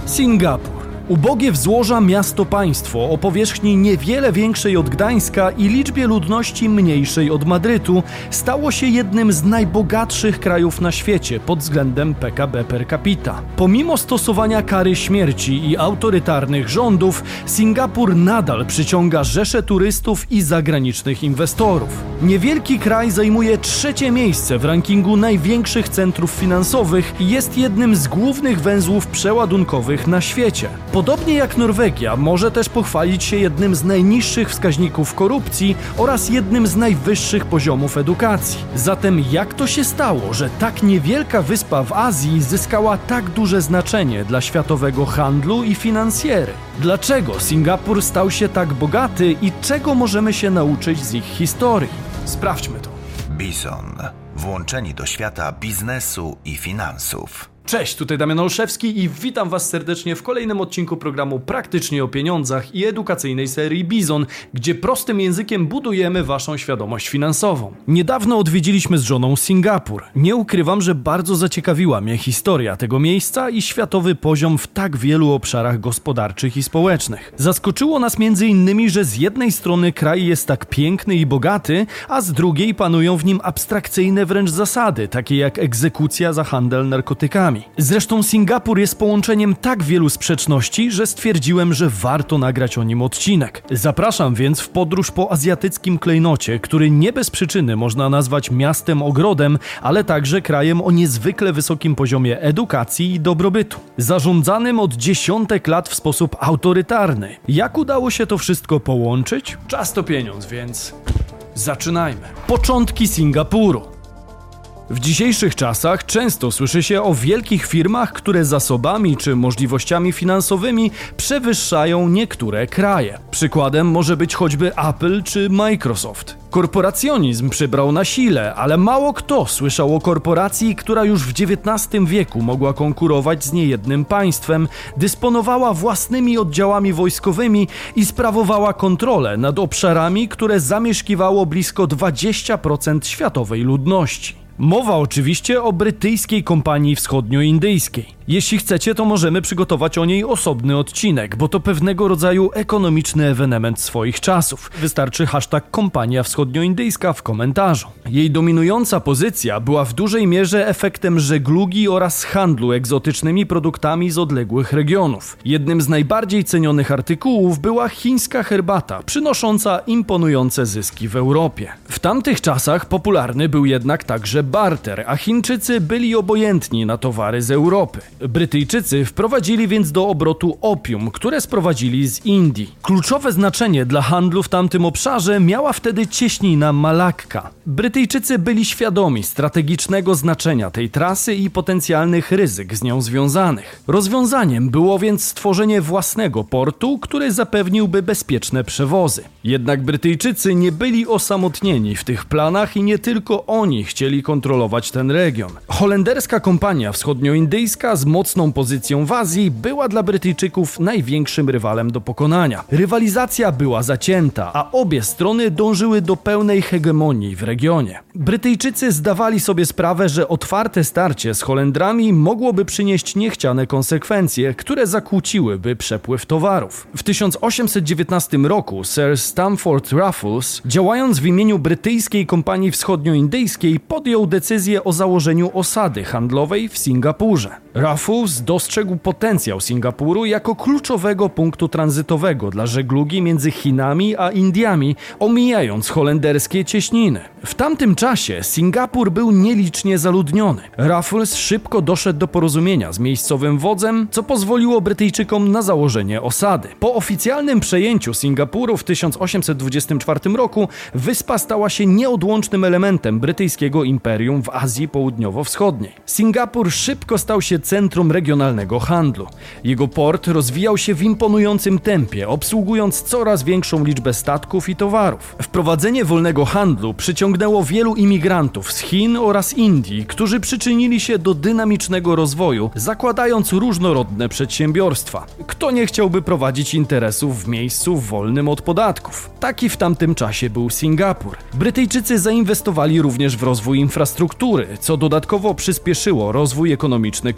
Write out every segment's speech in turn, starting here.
Singapur. Ubogie w złoża miasto-państwo o powierzchni niewiele większej od Gdańska i liczbie ludności mniejszej od Madrytu stało się jednym z najbogatszych krajów na świecie pod względem PKB per capita. Pomimo stosowania kary śmierci i autorytarnych rządów, Singapur nadal przyciąga rzesze turystów i zagranicznych inwestorów. Niewielki kraj zajmuje 3. miejsce w rankingu największych centrów finansowych i jest jednym z głównych węzłów przeładunkowych na świecie. Podobnie jak Norwegia, może też pochwalić się jednym z najniższych wskaźników korupcji oraz jednym z najwyższych poziomów edukacji. Zatem jak to się stało, że tak niewielka wyspa w Azji zyskała tak duże znaczenie dla światowego handlu i finansjery? Dlaczego Singapur stał się tak bogaty i czego możemy się nauczyć z ich historii? Sprawdźmy to. Bizon. Włączeni do świata biznesu i finansów. Cześć, tutaj Damian Olszewski i witam Was serdecznie w kolejnym odcinku programu Praktycznie o pieniądzach i edukacyjnej serii Bizon, gdzie prostym językiem budujemy Waszą świadomość finansową. Niedawno odwiedziliśmy z żoną Singapur. Nie ukrywam, że bardzo zaciekawiła mnie historia tego miejsca i światowy poziom w tak wielu obszarach gospodarczych i społecznych. Zaskoczyło nas m.in., że z jednej strony kraj jest tak piękny i bogaty, a z drugiej panują w nim abstrakcyjne wręcz zasady, takie jak egzekucja za handel narkotykami. Zresztą Singapur jest połączeniem tak wielu sprzeczności, że stwierdziłem, że warto nagrać o nim odcinek. Zapraszam więc w podróż po azjatyckim klejnocie, który nie bez przyczyny można nazwać miastem ogrodem, ale także krajem o niezwykle wysokim poziomie edukacji i dobrobytu. Zarządzanym od dziesiątek lat w sposób autorytarny. Jak udało się to wszystko połączyć? Czas to pieniądz, więc zaczynajmy. Początki Singapuru. W dzisiejszych czasach często słyszy się o wielkich firmach, które zasobami czy możliwościami finansowymi przewyższają niektóre kraje. Przykładem może być choćby Apple czy Microsoft. Korporacjonizm przybrał na sile, ale mało kto słyszał o korporacji, która już w XIX wieku mogła konkurować z niejednym państwem, dysponowała własnymi oddziałami wojskowymi i sprawowała kontrolę nad obszarami, które zamieszkiwało blisko 20% światowej ludności. Mowa oczywiście o brytyjskiej kompanii wschodnioindyjskiej. Jeśli chcecie, to możemy przygotować o niej osobny odcinek, bo to pewnego rodzaju ekonomiczny ewenement swoich czasów. Wystarczy hashtag kompania wschodnioindyjska w komentarzu. Jej dominująca pozycja była w dużej mierze efektem żeglugi oraz handlu egzotycznymi produktami z odległych regionów. Jednym z najbardziej cenionych artykułów była chińska herbata, przynosząca imponujące zyski w Europie. W tamtych czasach popularny był jednak także barter, a Chińczycy byli obojętni na towary z Europy. Brytyjczycy wprowadzili więc do obrotu opium, które sprowadzili z Indii. Kluczowe znaczenie dla handlu w tamtym obszarze miała wtedy cieśnina Malakka. Brytyjczycy byli świadomi strategicznego znaczenia tej trasy i potencjalnych ryzyk z nią związanych. Rozwiązaniem było więc stworzenie własnego portu, który zapewniłby bezpieczne przewozy. Jednak Brytyjczycy nie byli osamotnieni w tych planach i nie tylko oni chcieli kontrolować ten region. Holenderska kompania wschodnioindyjska z mocną pozycją w Azji była dla Brytyjczyków największym rywalem do pokonania. Rywalizacja była zacięta, a obie strony dążyły do pełnej hegemonii w regionie. Brytyjczycy zdawali sobie sprawę, że otwarte starcie z Holendrami mogłoby przynieść niechciane konsekwencje, które zakłóciłyby przepływ towarów. W 1819 roku Sir Stamford Raffles, działając w imieniu brytyjskiej kompanii wschodnioindyjskiej, podjął decyzję o założeniu osady handlowej w Singapurze. Raffles dostrzegł potencjał Singapuru jako kluczowego punktu tranzytowego dla żeglugi między Chinami a Indiami, omijając holenderskie cieśniny. W tamtym czasie Singapur był nielicznie zaludniony. Raffles szybko doszedł do porozumienia z miejscowym wodzem, co pozwoliło Brytyjczykom na założenie osady. Po oficjalnym przejęciu Singapuru w 1824 roku wyspa stała się nieodłącznym elementem brytyjskiego imperium w Azji Południowo-Wschodniej. Singapur szybko stał się centrum regionalnego handlu. Jego port rozwijał się w imponującym tempie, obsługując coraz większą liczbę statków i towarów. Wprowadzenie wolnego handlu przyciągnęło wielu imigrantów z Chin oraz Indii, którzy przyczynili się do dynamicznego rozwoju, zakładając różnorodne przedsiębiorstwa. Kto nie chciałby prowadzić interesów w miejscu wolnym od podatków? Taki w tamtym czasie był Singapur. Brytyjczycy zainwestowali również w rozwój infrastruktury, co dodatkowo przyspieszyło rozwój ekonomiczny kolonii.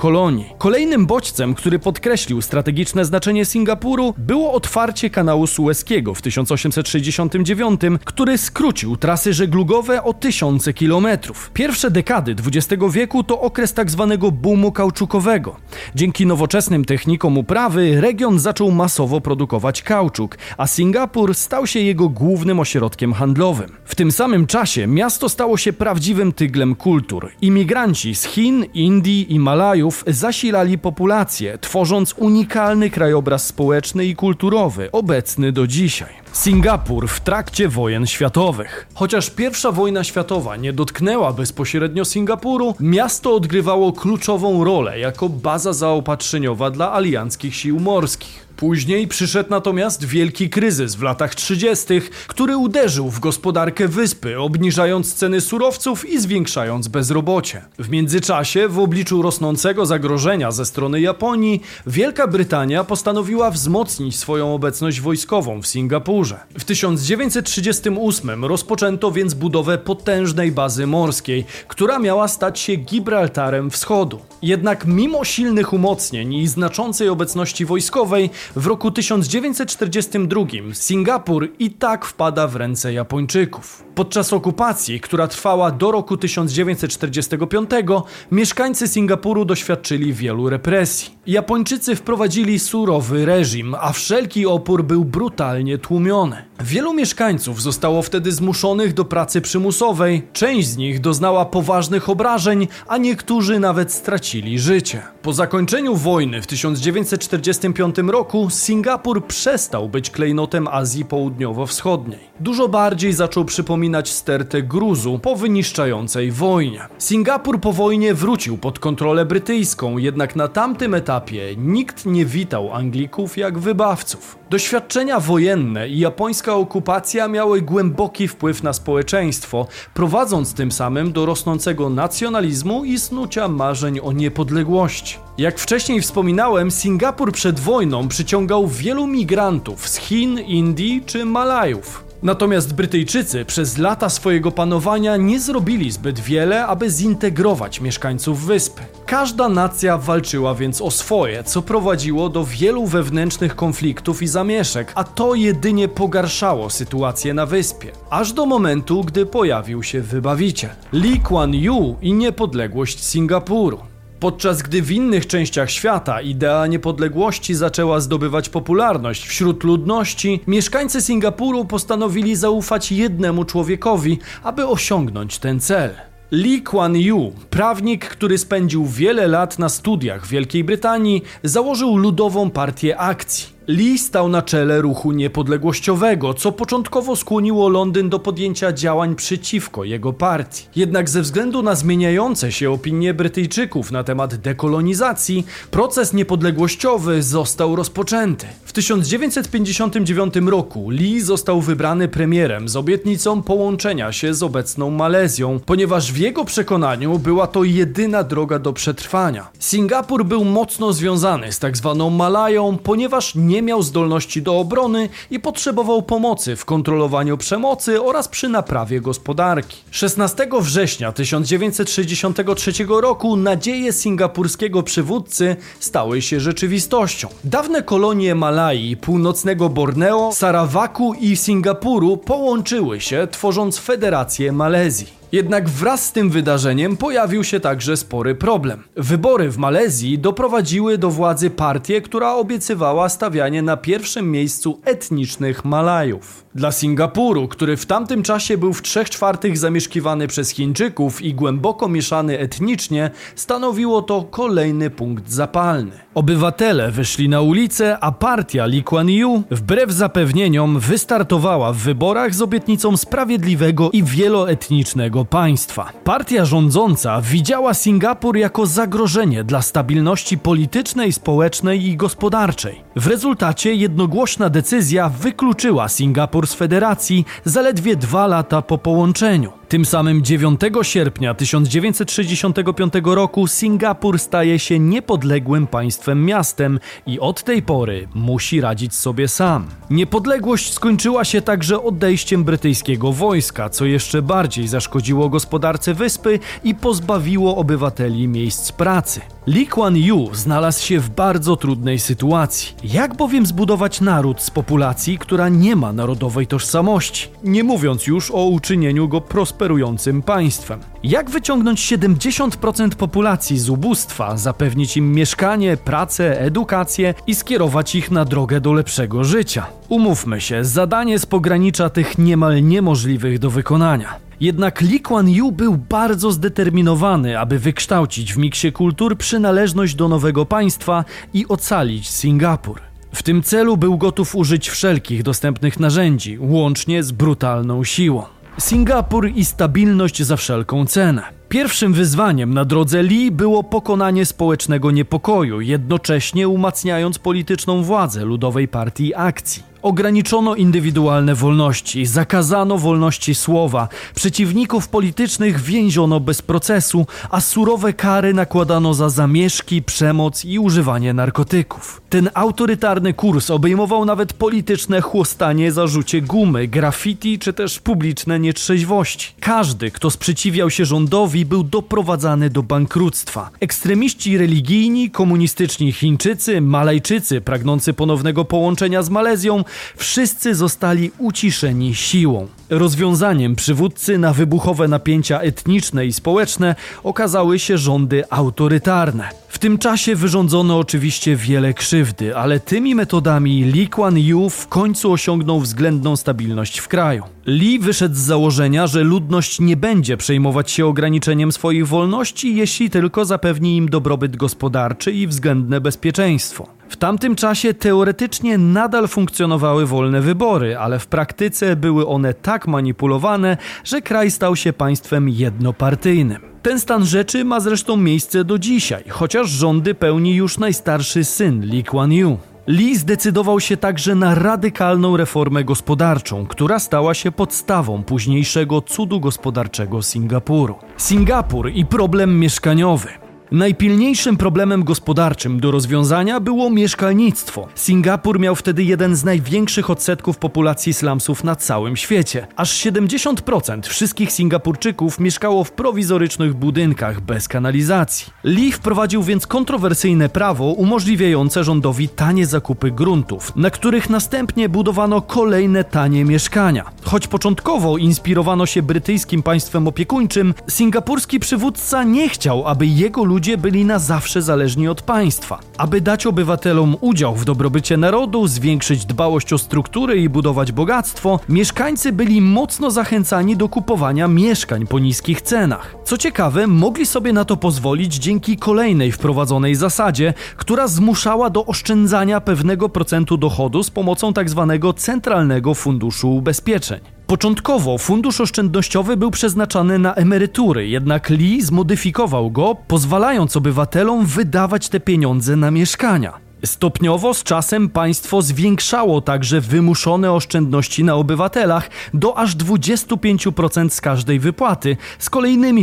kolonii. Kolejnym bodźcem, który podkreślił strategiczne znaczenie Singapuru, było otwarcie kanału Sueskiego w 1869, który skrócił trasy żeglugowe o tysiące kilometrów. Pierwsze dekady XX wieku to okres tzw. boomu kauczukowego. Dzięki nowoczesnym technikom uprawy region zaczął masowo produkować kauczuk, a Singapur stał się jego głównym ośrodkiem handlowym. W tym samym czasie miasto stało się prawdziwym tyglem kultur. Imigranci z Chin, Indii i Malajów zasilali populację, tworząc unikalny krajobraz społeczny i kulturowy, obecny do dzisiaj. Singapur w trakcie wojen światowych. Chociaż I wojna światowa nie dotknęła bezpośrednio Singapuru, miasto odgrywało kluczową rolę jako baza zaopatrzeniowa dla alianckich sił morskich. Później przyszedł natomiast wielki kryzys w latach 30., który uderzył w gospodarkę wyspy, obniżając ceny surowców i zwiększając bezrobocie. W międzyczasie, w obliczu rosnącego zagrożenia ze strony Japonii, Wielka Brytania postanowiła wzmocnić swoją obecność wojskową w Singapurze. W 1938 rozpoczęto więc budowę potężnej bazy morskiej, która miała stać się Gibraltarem Wschodu. Jednak mimo silnych umocnień i znaczącej obecności wojskowej, w roku 1942 Singapur i tak wpada w ręce Japończyków. Podczas okupacji, która trwała do roku 1945, mieszkańcy Singapuru doświadczyli wielu represji. Japończycy wprowadzili surowy reżim, a wszelki opór był brutalnie tłumiony. Wielu mieszkańców zostało wtedy zmuszonych do pracy przymusowej, część z nich doznała poważnych obrażeń, a niektórzy nawet stracili życie. Po zakończeniu wojny w 1945 roku Singapur przestał być klejnotem Azji Południowo-Wschodniej. Dużo bardziej zaczął przypominać stertę gruzu po wyniszczającej wojnie. Singapur po wojnie wrócił pod kontrolę brytyjską, jednak na tamtym etapie nikt nie witał Anglików jak wybawców. Doświadczenia wojenne i japońska okupacja miały głęboki wpływ na społeczeństwo, prowadząc tym samym do rosnącego nacjonalizmu i snucia marzeń o niepodległości. Jak wcześniej wspominałem, Singapur przed wojną przyciągał wielu migrantów z Chin, Indii czy Malajów. Natomiast Brytyjczycy przez lata swojego panowania nie zrobili zbyt wiele, aby zintegrować mieszkańców wyspy. Każda nacja walczyła więc o swoje, co prowadziło do wielu wewnętrznych konfliktów i zamieszek, a to jedynie pogarszało sytuację na wyspie. Aż do momentu, gdy pojawił się wybawiciel Lee Kuan Yew i niepodległość Singapuru. Podczas gdy w innych częściach świata idea niepodległości zaczęła zdobywać popularność wśród ludności, mieszkańcy Singapuru postanowili zaufać jednemu człowiekowi, aby osiągnąć ten cel. Lee Kuan Yew, prawnik, który spędził wiele lat na studiach w Wielkiej Brytanii, założył Ludową Partię Akcji. Lee stał na czele ruchu niepodległościowego, co początkowo skłoniło Londyn do podjęcia działań przeciwko jego partii. Jednak ze względu na zmieniające się opinie Brytyjczyków na temat dekolonizacji, proces niepodległościowy został rozpoczęty. W 1959 roku Lee został wybrany premierem z obietnicą połączenia się z obecną Malezją, ponieważ w jego przekonaniu była to jedyna droga do przetrwania. Singapur był mocno związany z tak zwaną Malają, ponieważ nie miał zdolności do obrony i potrzebował pomocy w kontrolowaniu przemocy oraz przy naprawie gospodarki. 16 września 1963 roku nadzieje singapurskiego przywódcy stały się rzeczywistością. Dawne kolonie Malai, północnego Borneo, Sarawaku i Singapuru połączyły się, tworząc Federację Malezji. Jednak wraz z tym wydarzeniem pojawił się także spory problem. Wybory w Malezji doprowadziły do władzy partię, która obiecywała stawianie na pierwszym miejscu etnicznych Malajów. Dla Singapuru, który w tamtym czasie był w 3/4 zamieszkiwany przez Chińczyków i głęboko mieszany etnicznie, stanowiło to kolejny punkt zapalny. Obywatele wyszli na ulicę, a partia Lee Kuan Yew, wbrew zapewnieniom, wystartowała w wyborach z obietnicą sprawiedliwego i wieloetnicznego państwa. Partia rządząca widziała Singapur jako zagrożenie dla stabilności politycznej, społecznej i gospodarczej. W rezultacie jednogłośna decyzja wykluczyła Singapur z federacji zaledwie 2 lata po połączeniu. Tym samym 9 sierpnia 1965 roku Singapur staje się niepodległym państwem miastem i od tej pory musi radzić sobie sam. Niepodległość skończyła się także odejściem brytyjskiego wojska, co jeszcze bardziej zaszkodziło gospodarce wyspy i pozbawiło obywateli miejsc pracy. Lee Kuan Yew znalazł się w bardzo trudnej sytuacji. Jak bowiem zbudować naród z populacji, która nie ma narodowej tożsamości? Nie mówiąc już o uczynieniu go prosperującym państwem. Jak wyciągnąć 70% populacji z ubóstwa, zapewnić im mieszkanie, pracę, edukację i skierować ich na drogę do lepszego życia? Umówmy się, zadanie z pogranicza tych niemal niemożliwych do wykonania. Jednak Lee Kuan Yew był bardzo zdeterminowany, aby wykształcić w miksie kultur przynależność do nowego państwa i ocalić Singapur. W tym celu był gotów użyć wszelkich dostępnych narzędzi, łącznie z brutalną siłą. Singapur i stabilność za wszelką cenę. Pierwszym wyzwaniem na drodze Lee było pokonanie społecznego niepokoju, jednocześnie umacniając polityczną władzę Ludowej Partii Akcji. Ograniczono indywidualne wolności, zakazano wolności słowa, przeciwników politycznych więziono bez procesu, a surowe kary nakładano za zamieszki, przemoc i używanie narkotyków. Ten autorytarny kurs obejmował nawet polityczne chłostanie za rzucie gumy, graffiti czy też publiczne nietrzeźwości. Każdy, kto sprzeciwiał się rządowi, był doprowadzany do bankructwa. Ekstremiści religijni, komunistyczni Chińczycy, Malajczycy pragnący ponownego połączenia z Malezją, wszyscy zostali uciszeni siłą. Rozwiązaniem przywódcy na wybuchowe napięcia etniczne i społeczne okazały się rządy autorytarne. W tym czasie wyrządzono oczywiście wiele krzywdy, ale tymi metodami Lee Kuan Yew w końcu osiągnął względną stabilność w kraju. Lee wyszedł z założenia, że ludność nie będzie przejmować się ograniczeniem swoich wolności, jeśli tylko zapewni im dobrobyt gospodarczy i względne bezpieczeństwo. W tamtym czasie teoretycznie nadal funkcjonowały wolne wybory, ale w praktyce były one tak manipulowane, że kraj stał się państwem jednopartyjnym. Ten stan rzeczy ma zresztą miejsce do dzisiaj, chociaż rządy pełni już najstarszy syn Lee Kuan Yew. Lee zdecydował się także na radykalną reformę gospodarczą, która stała się podstawą późniejszego cudu gospodarczego Singapuru. Singapur i problem mieszkaniowy. Najpilniejszym problemem gospodarczym do rozwiązania było mieszkalnictwo. Singapur miał wtedy jeden z największych odsetków populacji slumsów na całym świecie. Aż 70% wszystkich Singapurczyków mieszkało w prowizorycznych budynkach bez kanalizacji. Lee wprowadził więc kontrowersyjne prawo umożliwiające rządowi tanie zakupy gruntów, na których następnie budowano kolejne tanie mieszkania. Choć początkowo inspirowano się brytyjskim państwem opiekuńczym, singapurski przywódca nie chciał, aby jego ludzie byli na zawsze zależni od państwa. Aby dać obywatelom udział w dobrobycie narodu, zwiększyć dbałość o struktury i budować bogactwo, mieszkańcy byli mocno zachęcani do kupowania mieszkań po niskich cenach. Co ciekawe, mogli sobie na to pozwolić dzięki kolejnej wprowadzonej zasadzie, która zmuszała do oszczędzania pewnego procentu dochodu z pomocą tzw. Centralnego Funduszu Ubezpieczeń. Początkowo fundusz oszczędnościowy był przeznaczany na emerytury, jednak Lee zmodyfikował go, pozwalając obywatelom wydawać te pieniądze na mieszkania. Stopniowo z czasem państwo zwiększało także wymuszone oszczędności na obywatelach do aż 25% z każdej wypłaty, z kolejnymi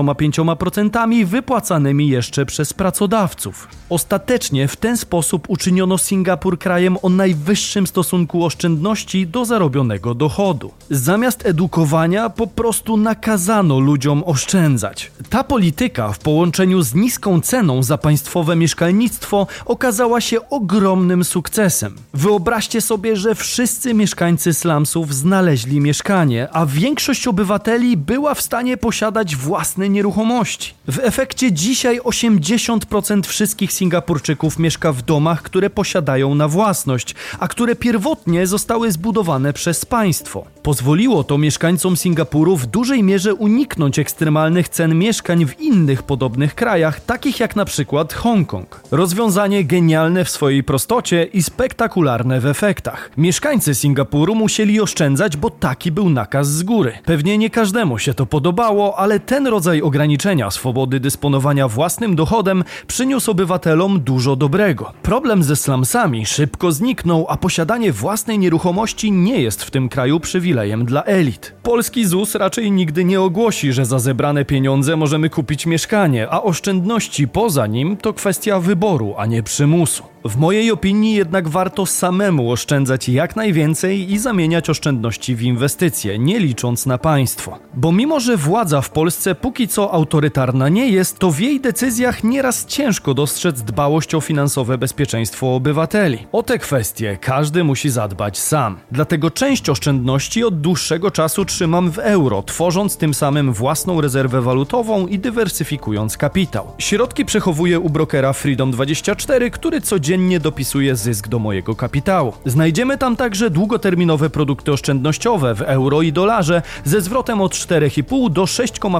25% wypłacanymi jeszcze przez pracodawców. Ostatecznie w ten sposób uczyniono Singapur krajem o najwyższym stosunku oszczędności do zarobionego dochodu. Zamiast edukowania po prostu nakazano ludziom oszczędzać. Ta polityka w połączeniu z niską ceną za państwowe mieszkalnictwo okazała się ogromnym sukcesem. Wyobraźcie sobie, że wszyscy mieszkańcy slumsów znaleźli mieszkanie, a większość obywateli była w stanie posiadać własne nieruchomości. W efekcie dzisiaj 80% wszystkich Singapurczyków mieszka w domach, które posiadają na własność, a które pierwotnie zostały zbudowane przez państwo. Pozwoliło to mieszkańcom Singapuru w dużej mierze uniknąć ekstremalnych cen mieszkań w innych podobnych krajach, takich jak na przykład Hongkong. Rozwiązanie genialne w swojej prostocie i spektakularne w efektach. Mieszkańcy Singapuru musieli oszczędzać, bo taki był nakaz z góry. Pewnie nie każdemu się to podobało, ale ten rodzaj ograniczenia swobody dysponowania własnym dochodem przyniósł obywatelom dużo dobrego. Problem ze slumsami szybko zniknął, a posiadanie własnej nieruchomości nie jest w tym kraju przywilejem dla elit. Polski ZUS raczej nigdy nie ogłosi, że za zebrane pieniądze możemy kupić mieszkanie, a oszczędności poza nim to kwestia wyboru, a nie przymusu. W mojej opinii jednak warto samemu oszczędzać jak najwięcej i zamieniać oszczędności w inwestycje, nie licząc na państwo. Bo mimo, że władza w Polsce póki co autorytarna nie jest, to w jej decyzjach nieraz ciężko dostrzec dbałość o finansowe bezpieczeństwo obywateli. O te kwestie każdy musi zadbać sam. Dlatego część oszczędności od dłuższego czasu trzymam w euro, tworząc tym samym własną rezerwę walutową i dywersyfikując kapitał. Środki przechowuję u brokera Freedom24, który codziennie dopisuje zysk do mojego kapitału. Znajdziemy tam także długoterminowe produkty oszczędnościowe w euro i dolarze ze zwrotem od 4,5 do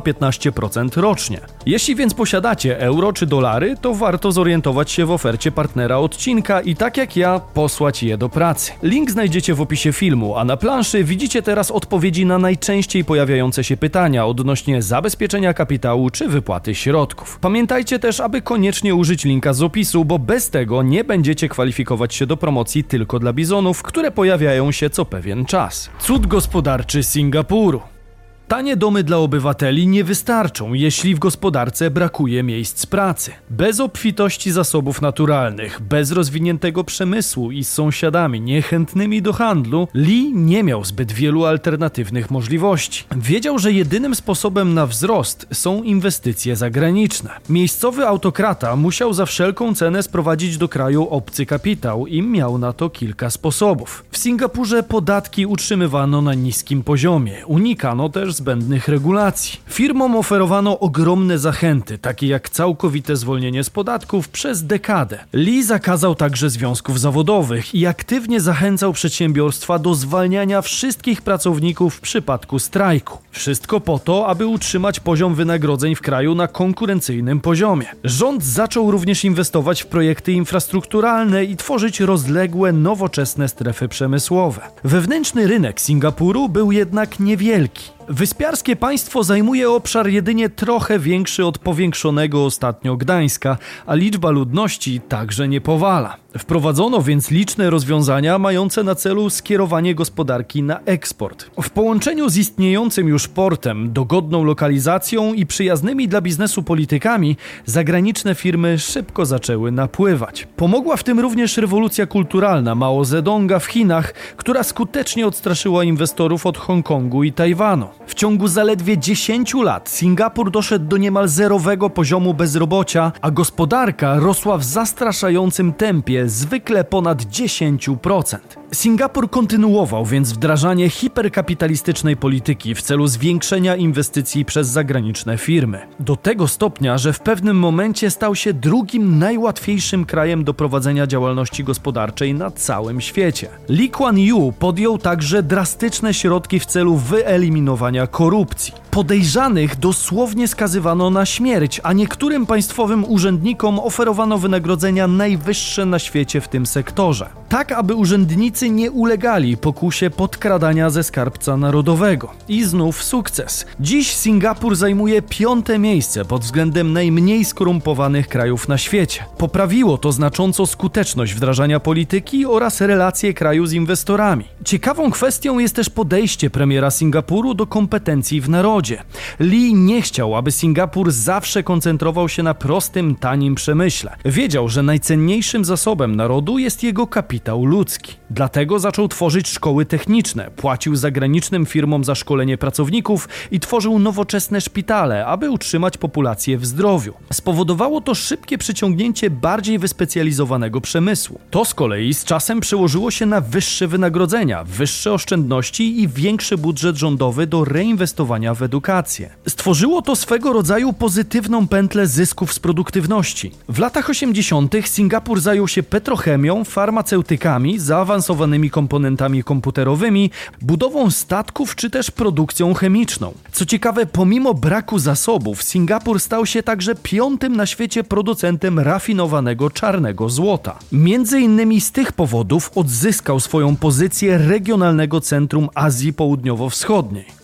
6,15% rocznie. Jeśli więc posiadacie euro czy dolary, to warto zorientować się w ofercie partnera odcinka i tak jak ja, posłać je do pracy. Link znajdziecie w opisie filmu, a na planszy widzicie teraz odpowiedzi na najczęściej pojawiające się pytania odnośnie zabezpieczenia kapitału czy wypłaty środków. Pamiętajcie też, aby koniecznie użyć linka z opisu, bo bez tego nie będziecie kwalifikować się do promocji tylko dla bizonów, które pojawiają się co pewien czas. Cud gospodarczy Singapuru. Tanie domy dla obywateli nie wystarczą, jeśli w gospodarce brakuje miejsc pracy. Bez obfitości zasobów naturalnych, bez rozwiniętego przemysłu i z sąsiadami niechętnymi do handlu, Lee nie miał zbyt wielu alternatywnych możliwości. Wiedział, że jedynym sposobem na wzrost są inwestycje zagraniczne. Miejscowy autokrata musiał za wszelką cenę sprowadzić do kraju obcy kapitał i miał na to kilka sposobów. W Singapurze podatki utrzymywano na niskim poziomie, unikano też zbędnych regulacji. Firmom oferowano ogromne zachęty, takie jak całkowite zwolnienie z podatków przez dekadę. Lee zakazał także związków zawodowych i aktywnie zachęcał przedsiębiorstwa do zwalniania wszystkich pracowników w przypadku strajku. Wszystko po to, aby utrzymać poziom wynagrodzeń w kraju na konkurencyjnym poziomie. Rząd zaczął również inwestować w projekty infrastrukturalne i tworzyć rozległe, nowoczesne strefy przemysłowe. Wewnętrzny rynek Singapuru był jednak niewielki. Wyspiarskie państwo zajmuje obszar jedynie trochę większy od powiększonego ostatnio Gdańska, a liczba ludności także nie powala. Wprowadzono więc liczne rozwiązania mające na celu skierowanie gospodarki na eksport. W połączeniu z istniejącym już portem, dogodną lokalizacją i przyjaznymi dla biznesu politykami, zagraniczne firmy szybko zaczęły napływać. Pomogła w tym również rewolucja kulturalna Mao Zedonga w Chinach, która skutecznie odstraszyła inwestorów od Hongkongu i Tajwanu. W ciągu zaledwie 10 lat Singapur doszedł do niemal zerowego poziomu bezrobocia, a gospodarka rosła w zastraszającym tempie, zwykle ponad 10%. Singapur kontynuował więc wdrażanie hiperkapitalistycznej polityki w celu zwiększenia inwestycji przez zagraniczne firmy. Do tego stopnia, że w pewnym momencie stał się drugim najłatwiejszym krajem do prowadzenia działalności gospodarczej na całym świecie. Lee Kuan Yew podjął także drastyczne środki w celu wyeliminowania korupcji. Podejrzanych dosłownie skazywano na śmierć, a niektórym państwowym urzędnikom oferowano wynagrodzenia najwyższe na świecie w tym sektorze. Tak, aby urzędnicy nie ulegali pokusie podkradania ze skarbca narodowego. I znów sukces. Dziś Singapur zajmuje 5. miejsce pod względem najmniej skorumpowanych krajów na świecie. Poprawiło to znacząco skuteczność wdrażania polityki oraz relacje kraju z inwestorami. Ciekawą kwestią jest też podejście premiera Singapuru do kompetencji w narodzie. Lee nie chciał, aby Singapur zawsze koncentrował się na prostym, tanim przemyśle. Wiedział, że najcenniejszym zasobem narodu jest jego kapitał ludzki. Dlatego zaczął tworzyć szkoły techniczne, płacił zagranicznym firmom za szkolenie pracowników i tworzył nowoczesne szpitale, aby utrzymać populację w zdrowiu. Spowodowało to szybkie przyciągnięcie bardziej wyspecjalizowanego przemysłu. To z kolei z czasem przełożyło się na wyższe wynagrodzenia, wyższe oszczędności i większy budżet rządowy do reinwestowania w edukację. Stworzyło to swego rodzaju pozytywną pętlę zysków z produktywności. W latach 80. Singapur zajął się petrochemią, farmaceutykami, zaawansowanymi komponentami komputerowymi, budową statków czy też produkcją chemiczną. Co ciekawe, pomimo braku zasobów, Singapur stał się także 5. na świecie producentem rafinowanego czarnego złota. Między innymi z tych powodów odzyskał swoją pozycję regionalnego centrum Azji Południowo-Wschodniej.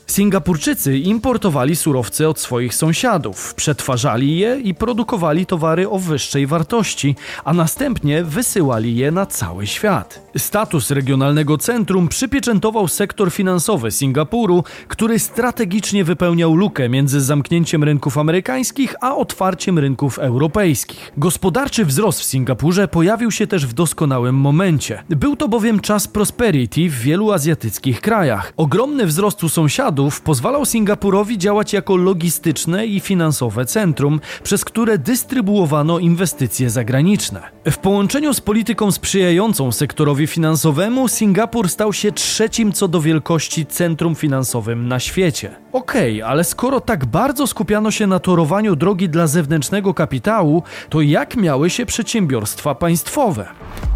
Singapurczycy importowali surowce od swoich sąsiadów, przetwarzali je i produkowali towary o wyższej wartości, a następnie wysyłali je na cały świat. Status regionalnego centrum przypieczętował sektor finansowy Singapuru, który strategicznie wypełniał lukę między zamknięciem rynków amerykańskich a otwarciem rynków europejskich. Gospodarczy wzrost w Singapurze pojawił się też w doskonałym momencie. Był to bowiem czas prosperity w wielu azjatyckich krajach. Ogromny wzrost u sąsiadów pozwalał Singapurowi działać jako logistyczne i finansowe centrum, przez które dystrybuowano inwestycje zagraniczne. W połączeniu z polityką sprzyjającą sektorowi finansowemu Singapur stał się trzecim co do wielkości centrum finansowym na świecie. Okej, ale skoro tak bardzo skupiano się na torowaniu drogi dla zewnętrznego kapitału, to jak miały się przedsiębiorstwa państwowe?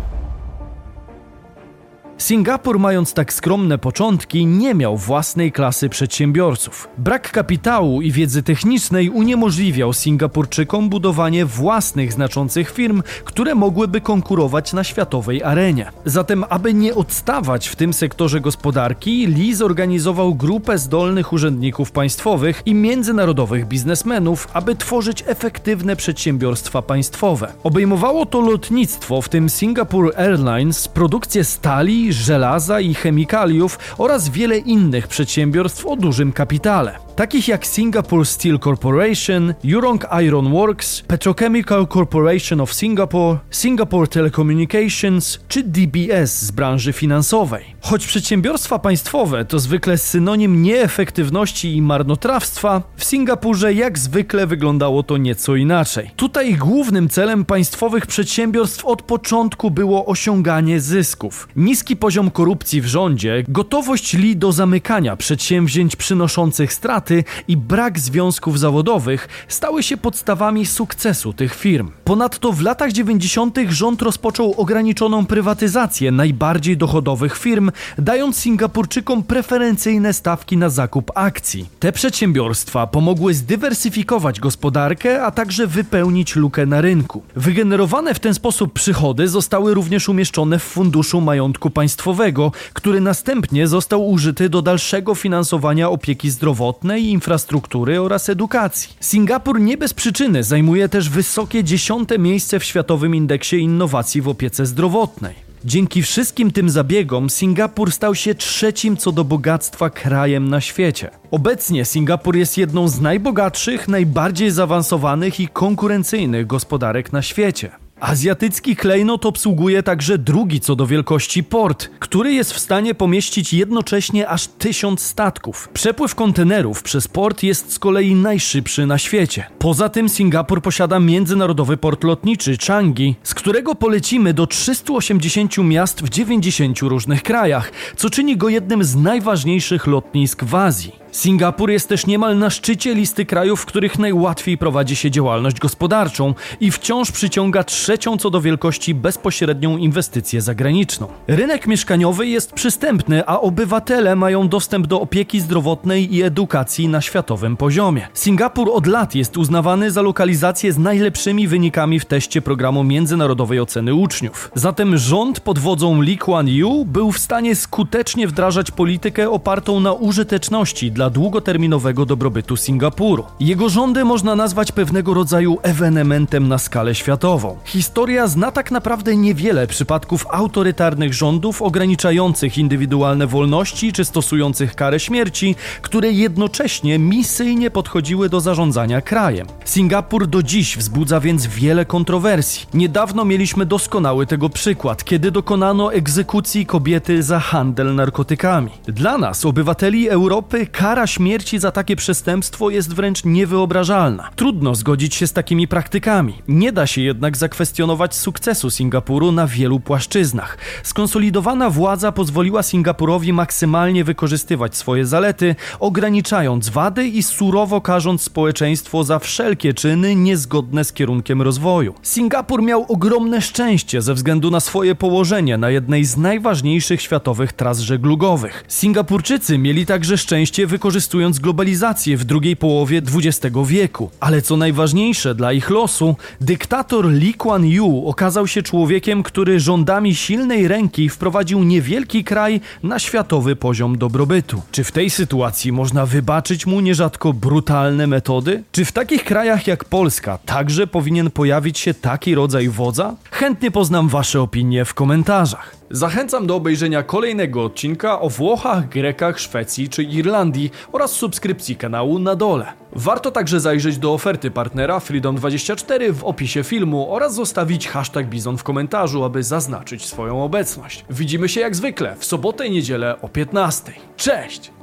Singapur, mając tak skromne początki, nie miał własnej klasy przedsiębiorców. Brak kapitału i wiedzy technicznej uniemożliwiał Singapurczykom budowanie własnych znaczących firm, które mogłyby konkurować na światowej arenie. Zatem, aby nie odstawać w tym sektorze gospodarki, Lee zorganizował grupę zdolnych urzędników państwowych i międzynarodowych biznesmenów, aby tworzyć efektywne przedsiębiorstwa państwowe. Obejmowało to lotnictwo, w tym Singapore Airlines, produkcję stali, żelaza i chemikaliów oraz wiele innych przedsiębiorstw o dużym kapitale, takich jak Singapore Steel Corporation, Jurong Iron Works, Petrochemical Corporation of Singapore, Singapore Telecommunications czy DBS z branży finansowej. Choć przedsiębiorstwa państwowe to zwykle synonim nieefektywności i marnotrawstwa, w Singapurze jak zwykle wyglądało to nieco inaczej. Tutaj głównym celem państwowych przedsiębiorstw od początku było osiąganie zysków. Niski poziom korupcji w rządzie, gotowość Lee do zamykania przedsięwzięć przynoszących straty i brak związków zawodowych stały się podstawami sukcesu tych firm. Ponadto w latach 90. rząd rozpoczął ograniczoną prywatyzację najbardziej dochodowych firm, dając Singapurczykom preferencyjne stawki na zakup akcji. Te przedsiębiorstwa pomogły zdywersyfikować gospodarkę, a także wypełnić lukę na rynku. Wygenerowane w ten sposób przychody zostały również umieszczone w Funduszu Majątku Państwowego, który następnie został użyty do dalszego finansowania opieki zdrowotnej, infrastruktury oraz edukacji. Singapur nie bez przyczyny zajmuje też wysokie 10. miejsce w Światowym Indeksie Innowacji w opiece zdrowotnej. Dzięki wszystkim tym zabiegom Singapur stał się trzecim co do bogactwa krajem na świecie. Obecnie Singapur jest jedną z najbogatszych, najbardziej zaawansowanych i konkurencyjnych gospodarek na świecie. Azjatycki klejnot obsługuje także drugi co do wielkości port, który jest w stanie pomieścić jednocześnie aż 1000 statków. Przepływ kontenerów przez port jest z kolei najszybszy na świecie. Poza tym Singapur posiada międzynarodowy port lotniczy Changi, z którego polecimy do 380 miast w 90 różnych krajach, co czyni go jednym z najważniejszych lotnisk w Azji. Singapur jest też niemal na szczycie listy krajów, w których najłatwiej prowadzi się działalność gospodarczą i wciąż przyciąga trzecią co do wielkości bezpośrednią inwestycję zagraniczną. Rynek mieszkaniowy jest przystępny, a obywatele mają dostęp do opieki zdrowotnej i edukacji na światowym poziomie. Singapur od lat jest uznawany za lokalizację z najlepszymi wynikami w teście programu międzynarodowej oceny uczniów. Zatem rząd pod wodzą Lee Kuan Yew był w stanie skutecznie wdrażać politykę opartą na użyteczności dla długoterminowego dobrobytu Singapuru. Jego rządy można nazwać pewnego rodzaju ewenementem na skalę światową. Historia zna tak naprawdę niewiele przypadków autorytarnych rządów ograniczających indywidualne wolności czy stosujących karę śmierci, które jednocześnie misyjnie podchodziły do zarządzania krajem. Singapur do dziś wzbudza więc wiele kontrowersji. Niedawno mieliśmy doskonały tego przykład, kiedy dokonano egzekucji kobiety za handel narkotykami. Dla nas, obywateli Europy, kara śmierci za takie przestępstwo jest wręcz niewyobrażalna. Trudno zgodzić się z takimi praktykami. Nie da się jednak zakwestionować sukcesu Singapuru na wielu płaszczyznach. Skonsolidowana władza pozwoliła Singapurowi maksymalnie wykorzystywać swoje zalety, ograniczając wady i surowo karząc społeczeństwo za wszelkie czyny niezgodne z kierunkiem rozwoju. Singapur miał ogromne szczęście ze względu na swoje położenie na jednej z najważniejszych światowych tras żeglugowych. Singapurczycy mieli także szczęście wykorzystując globalizację w drugiej połowie XX wieku. Ale co najważniejsze dla ich losu, dyktator Lee Kuan Yew okazał się człowiekiem, który rządami silnej ręki wprowadził niewielki kraj na światowy poziom dobrobytu. Czy w tej sytuacji można wybaczyć mu nierzadko brutalne metody? Czy w takich krajach jak Polska także powinien pojawić się taki rodzaj wodza? Chętnie poznam wasze opinie w komentarzach. Zachęcam do obejrzenia kolejnego odcinka o Włochach, Grekach, Szwecji czy Irlandii oraz subskrypcji kanału na dole. Warto także zajrzeć do oferty partnera Freedom24 w opisie filmu oraz zostawić hashtag Bizon w komentarzu, aby zaznaczyć swoją obecność. Widzimy się jak zwykle w sobotę i niedzielę o 15:00. Cześć!